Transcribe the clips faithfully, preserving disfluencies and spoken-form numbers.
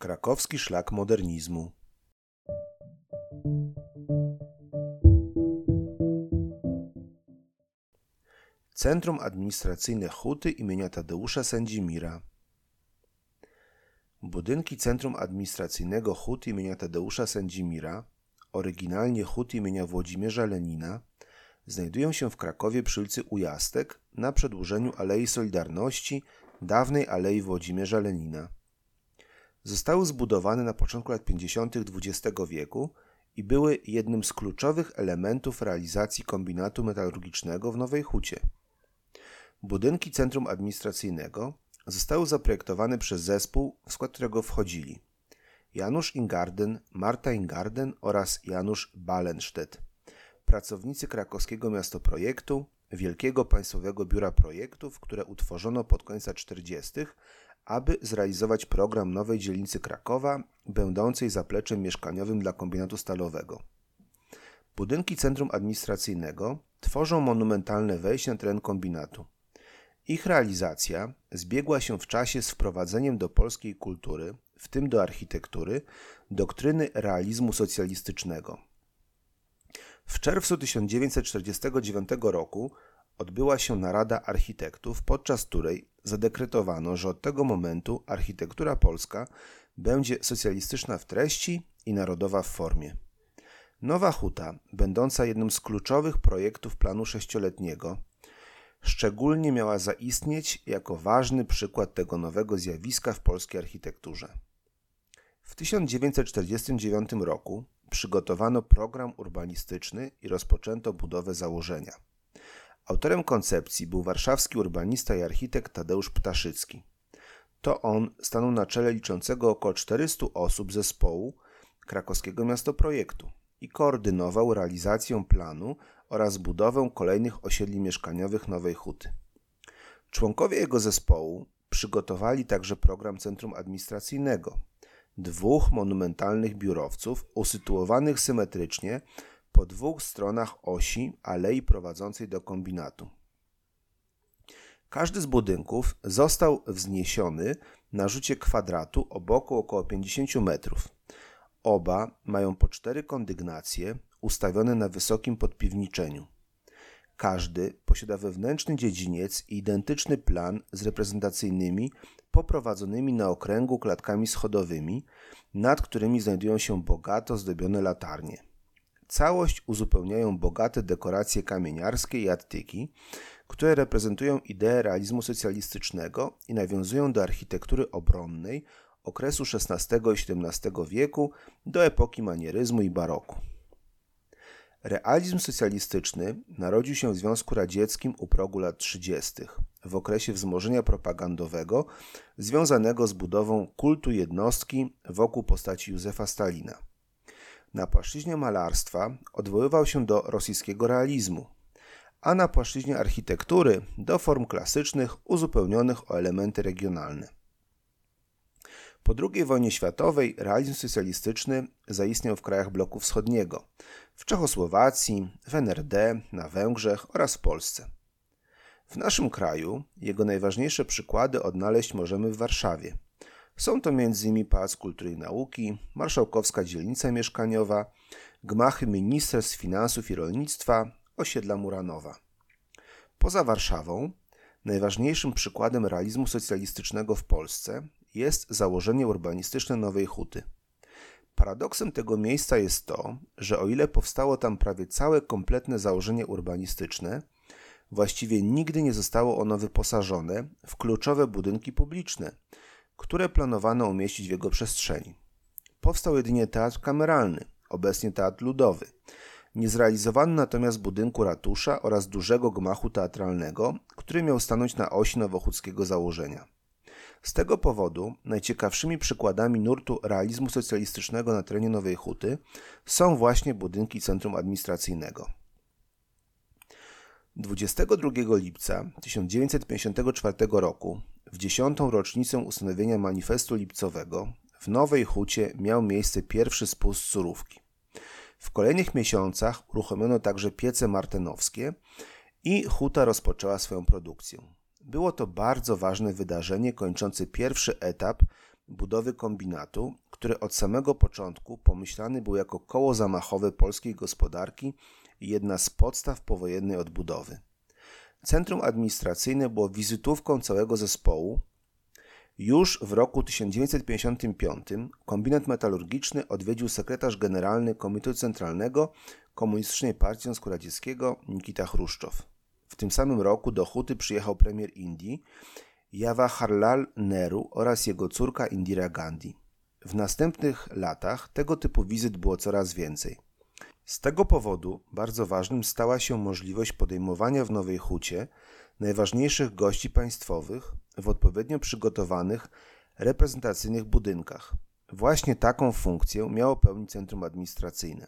Krakowski szlak modernizmu. Centrum Administracyjne Huty imienia Tadeusza Sędzimira. Budynki Centrum Administracyjnego Hut imienia Tadeusza Sędzimira, oryginalnie Hut imienia Włodzimierza Lenina, znajdują się w Krakowie przy ulicy Ujastek na przedłużeniu Alei Solidarności, dawnej Alei Włodzimierza Lenina. Zostały zbudowane na początku lat pięćdziesiątych dwudziestego wieku i były jednym z kluczowych elementów realizacji kombinatu metalurgicznego w Nowej Hucie. Budynki Centrum Administracyjnego zostały zaprojektowane przez zespół, w skład którego wchodzili Janusz Ingarden, Marta Ingarden oraz Janusz Ballenstedt, pracownicy krakowskiego miastoprojektu, Wielkiego Państwowego Biura Projektów, które utworzono pod koniec lat czterdziestych, aby zrealizować program nowej dzielnicy Krakowa, będącej zapleczem mieszkaniowym dla kombinatu stalowego. Budynki Centrum Administracyjnego tworzą monumentalne wejście na teren kombinatu. Ich realizacja zbiegła się w czasie z wprowadzeniem do polskiej kultury, w tym do architektury, doktryny realizmu socjalistycznego. W czerwcu tysiąc dziewięćset czterdziestego dziewiątego roku odbyła się narada architektów, podczas której zadekretowano, że od tego momentu architektura polska będzie socjalistyczna w treści i narodowa w formie. Nowa Huta, będąca jednym z kluczowych projektów planu sześcioletniego, szczególnie miała zaistnieć jako ważny przykład tego nowego zjawiska w polskiej architekturze. W tysiąc dziewięćset czterdziestym dziewiątym roku przygotowano program urbanistyczny i rozpoczęto budowę założenia. Autorem koncepcji był warszawski urbanista i architekt Tadeusz Ptaszycki. To on stanął na czele liczącego około czterystu osób zespołu krakowskiego miastoprojektu i koordynował realizację planu oraz budowę kolejnych osiedli mieszkaniowych Nowej Huty. Członkowie jego zespołu przygotowali także program Centrum Administracyjnego, dwóch monumentalnych biurowców usytuowanych symetrycznie po dwóch stronach osi alei prowadzącej do kombinatu. Każdy z budynków został wzniesiony na rzucie kwadratu o boku około pięćdziesięciu metrów. Oba mają po cztery kondygnacje ustawione na wysokim podpiwniczeniu. Każdy posiada wewnętrzny dziedziniec i identyczny plan z reprezentacyjnymi poprowadzonymi na okręgu klatkami schodowymi, nad którymi znajdują się bogato zdobione latarnie. Całość uzupełniają bogate dekoracje kamieniarskie i attyki, które reprezentują ideę realizmu socjalistycznego i nawiązują do architektury obronnej okresu szesnastego i siedemnastego wieku, do epoki manieryzmu i baroku. Realizm socjalistyczny narodził się w Związku Radzieckim u progu lat trzydziestych, w okresie wzmożenia propagandowego związanego z budową kultu jednostki wokół postaci Józefa Stalina. Na płaszczyźnie malarstwa odwoływał się do rosyjskiego realizmu, a na płaszczyźnie architektury do form klasycznych uzupełnionych o elementy regionalne. Po drugiej wojnie światowej realizm socjalistyczny zaistniał w krajach bloku wschodniego, w Czechosłowacji, w N R D, na Węgrzech oraz w Polsce. W naszym kraju jego najważniejsze przykłady odnaleźć możemy w Warszawie. Są to między innymi Pałac Kultury i Nauki, Marszałkowska Dzielnica Mieszkaniowa, gmachy Ministerstw Finansów i Rolnictwa, osiedla Muranowa. Poza Warszawą najważniejszym przykładem realizmu socjalistycznego w Polsce jest założenie urbanistyczne Nowej Huty. Paradoksem tego miejsca jest to, że o ile powstało tam prawie całe kompletne założenie urbanistyczne, właściwie nigdy nie zostało ono wyposażone w kluczowe budynki publiczne, które planowano umieścić w jego przestrzeni. Powstał jedynie teatr kameralny, obecnie Teatr Ludowy. Nie zrealizowano natomiast budynku ratusza oraz dużego gmachu teatralnego, który miał stanąć na osi nowochódzkiego założenia. Z tego powodu najciekawszymi przykładami nurtu realizmu socjalistycznego na terenie Nowej Huty są właśnie budynki Centrum Administracyjnego. dwudziestego drugiego lipca tysiąc dziewięćset pięćdziesiątego czwartego roku, w dziesiątą rocznicę ustanowienia Manifestu Lipcowego, w Nowej Hucie miał miejsce pierwszy spust surówki. W kolejnych miesiącach uruchomiono także piece martenowskie i huta rozpoczęła swoją produkcję. Było to bardzo ważne wydarzenie kończące pierwszy etap budowy kombinatu, który od samego początku pomyślany był jako koło zamachowe polskiej gospodarki i jedna z podstaw powojennej odbudowy. Centrum administracyjne było wizytówką całego zespołu. Już w roku tysiąc dziewięćset pięćdziesiątym piątym kombinat metalurgiczny odwiedził sekretarz generalny Komitetu Centralnego Komunistycznej Partii Związku Radzieckiego Nikita Chruszczow. W tym samym roku do Huty przyjechał premier Indii Jawaharlal Nehru oraz jego córka Indira Gandhi. W następnych latach tego typu wizyt było coraz więcej. Z tego powodu bardzo ważnym stała się możliwość podejmowania w Nowej Hucie najważniejszych gości państwowych w odpowiednio przygotowanych, reprezentacyjnych budynkach. Właśnie taką funkcję miało pełnić centrum administracyjne.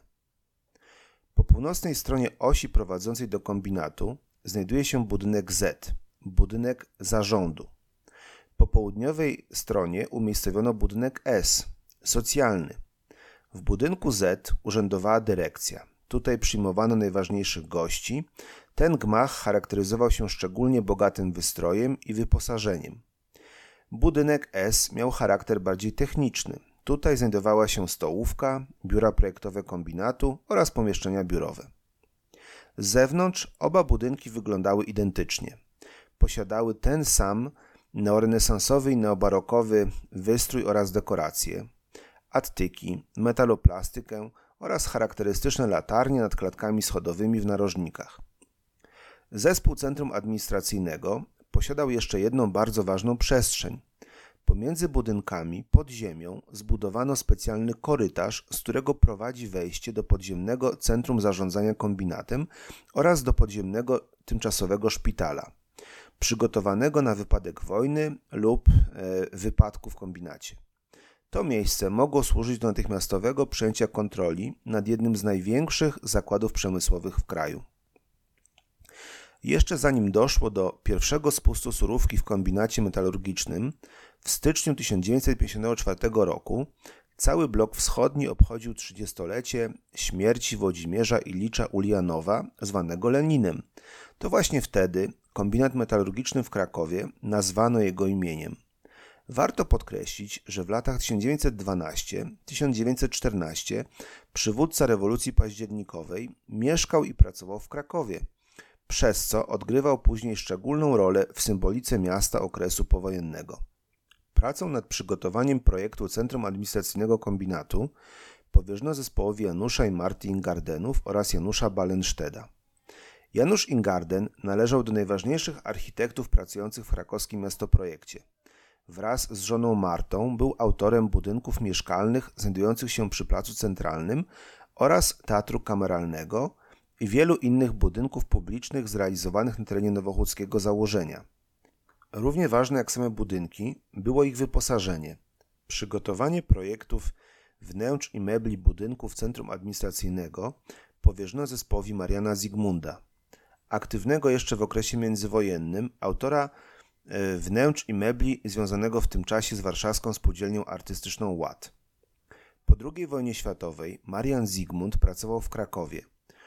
Po północnej stronie osi prowadzącej do kombinatu znajduje się budynek Z, budynek zarządu. Po południowej stronie umiejscowiono budynek S, socjalny. W budynku Z urzędowała dyrekcja. Tutaj przyjmowano najważniejszych gości. Ten gmach charakteryzował się szczególnie bogatym wystrojem i wyposażeniem. Budynek S miał charakter bardziej techniczny. Tutaj znajdowała się stołówka, biura projektowe kombinatu oraz pomieszczenia biurowe. Z zewnątrz oba budynki wyglądały identycznie. Posiadały ten sam neorenesansowy i neobarokowy wystrój oraz dekoracje, attyki, metaloplastykę oraz charakterystyczne latarnie nad klatkami schodowymi w narożnikach. Zespół Centrum Administracyjnego posiadał jeszcze jedną bardzo ważną przestrzeń. Pomiędzy budynkami pod ziemią zbudowano specjalny korytarz, z którego prowadzi wejście do podziemnego Centrum Zarządzania Kombinatem oraz do podziemnego tymczasowego szpitala, przygotowanego na wypadek wojny lub e, wypadku w kombinacie. To miejsce mogło służyć do natychmiastowego przejęcia kontroli nad jednym z największych zakładów przemysłowych w kraju. Jeszcze zanim doszło do pierwszego spustu surówki w kombinacie metalurgicznym, w styczniu tysiąc dziewięćset pięćdziesiątego czwartego roku cały blok wschodni obchodził trzydziestolecie śmierci Włodzimierza Ilicza Ulianowa, zwanego Leninem. To właśnie wtedy kombinat metalurgiczny w Krakowie nazwano jego imieniem. Warto podkreślić, że w latach tysiąc dziewięćset dwunastego do tysiąc dziewięćset czternastego przywódca rewolucji październikowej mieszkał i pracował w Krakowie, przez co odgrywał później szczególną rolę w symbolice miasta okresu powojennego. Pracą nad przygotowaniem projektu Centrum Administracyjnego Kombinatu powierzono zespołowi Janusza i Marty Ingardenów oraz Janusza Ballensteda. Janusz Ingarden należał do najważniejszych architektów pracujących w krakowskim miastoprojekcie. Wraz z żoną Martą był autorem budynków mieszkalnych znajdujących się przy Placu Centralnym oraz Teatru Kameralnego i wielu innych budynków publicznych zrealizowanych na terenie nowochódzkiego założenia. Równie ważne jak same budynki było ich wyposażenie. Przygotowanie projektów wnętrz i mebli budynków Centrum Administracyjnego powierzono zespołowi Mariana Zygmunda, aktywnego jeszcze w okresie międzywojennym, autora wnętrz i mebli związanego w tym czasie z warszawską spółdzielnią artystyczną Ład. Po drugiej wojnie światowej Marian Zygmund pracował w Krakowie.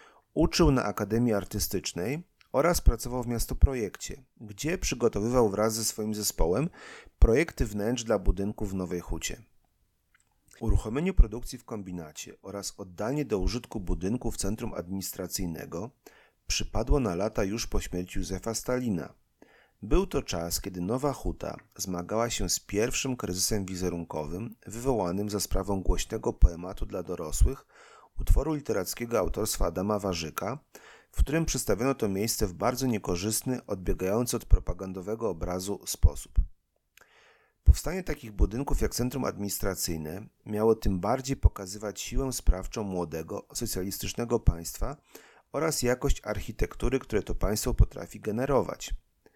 Uczył na Akademii Artystycznej oraz pracował w miastoprojekcie, gdzie przygotowywał wraz ze swoim zespołem projekty wnętrz dla budynków w Nowej Hucie. Uruchomieniu produkcji w kombinacie oraz oddanie do użytku budynków Centrum Administracyjnego przypadło na lata już po śmierci Józefa Stalina. Był to czas, kiedy Nowa Huta zmagała się z pierwszym kryzysem wizerunkowym wywołanym za sprawą głośnego poematu dla dorosłych, utworu literackiego autorstwa Adama Warzyka, w którym przedstawiono to miejsce w bardzo niekorzystny, odbiegający od propagandowego obrazu sposób. Powstanie takich budynków jak Centrum Administracyjne miało tym bardziej pokazywać siłę sprawczą młodego, socjalistycznego państwa oraz jakość architektury, które to państwo potrafi generować.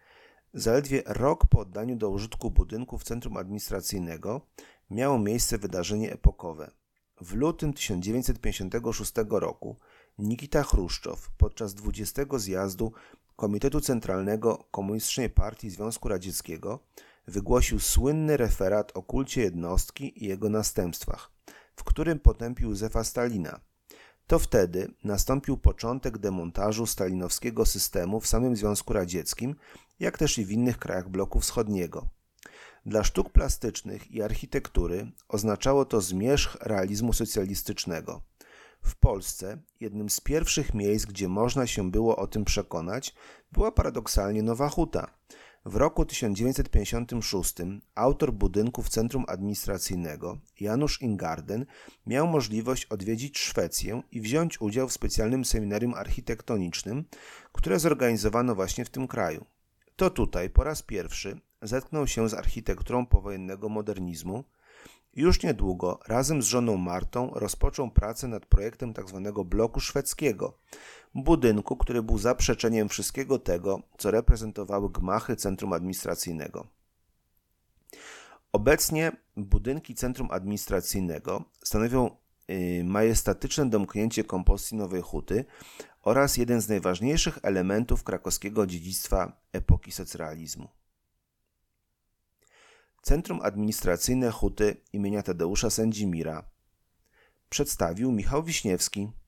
Zaledwie rok po oddaniu do użytku budynków Centrum Administracyjnego miało miejsce wydarzenie epokowe. W lutym tysiąc dziewięćset pięćdziesiątego szóstego roku Nikita Chruszczow podczas dwudziestego zjazdu Komitetu Centralnego Komunistycznej Partii Związku Radzieckiego wygłosił słynny referat o kulcie jednostki i jego następstwach, w którym potępił Józefa Stalina. To wtedy nastąpił początek demontażu stalinowskiego systemu w samym Związku Radzieckim, jak też i w innych krajach bloku wschodniego. Dla sztuk plastycznych i architektury oznaczało to zmierzch realizmu socjalistycznego. W Polsce jednym z pierwszych miejsc, gdzie można się było o tym przekonać, była paradoksalnie Nowa Huta. W roku tysiąc dziewięćset pięćdziesiątym szóstym autor budynków Centrum Administracyjnego, Janusz Ingarden, miał możliwość odwiedzić Szwecję i wziąć udział w specjalnym seminarium architektonicznym, które zorganizowano właśnie w tym kraju. To tutaj po raz pierwszy zetknął się z architekturą powojennego modernizmu. Już niedługo razem z żoną Martą rozpoczął pracę nad projektem tzw. bloku szwedzkiego, budynku, który był zaprzeczeniem wszystkiego tego, co reprezentowały gmachy Centrum Administracyjnego. Obecnie budynki Centrum Administracyjnego stanowią yy, majestatyczne domknięcie kompozycji Nowej Huty oraz jeden z najważniejszych elementów krakowskiego dziedzictwa epoki socrealizmu. Centrum Administracyjne Huty imienia Tadeusza Sędzimira przedstawił Michał Wiśniewski.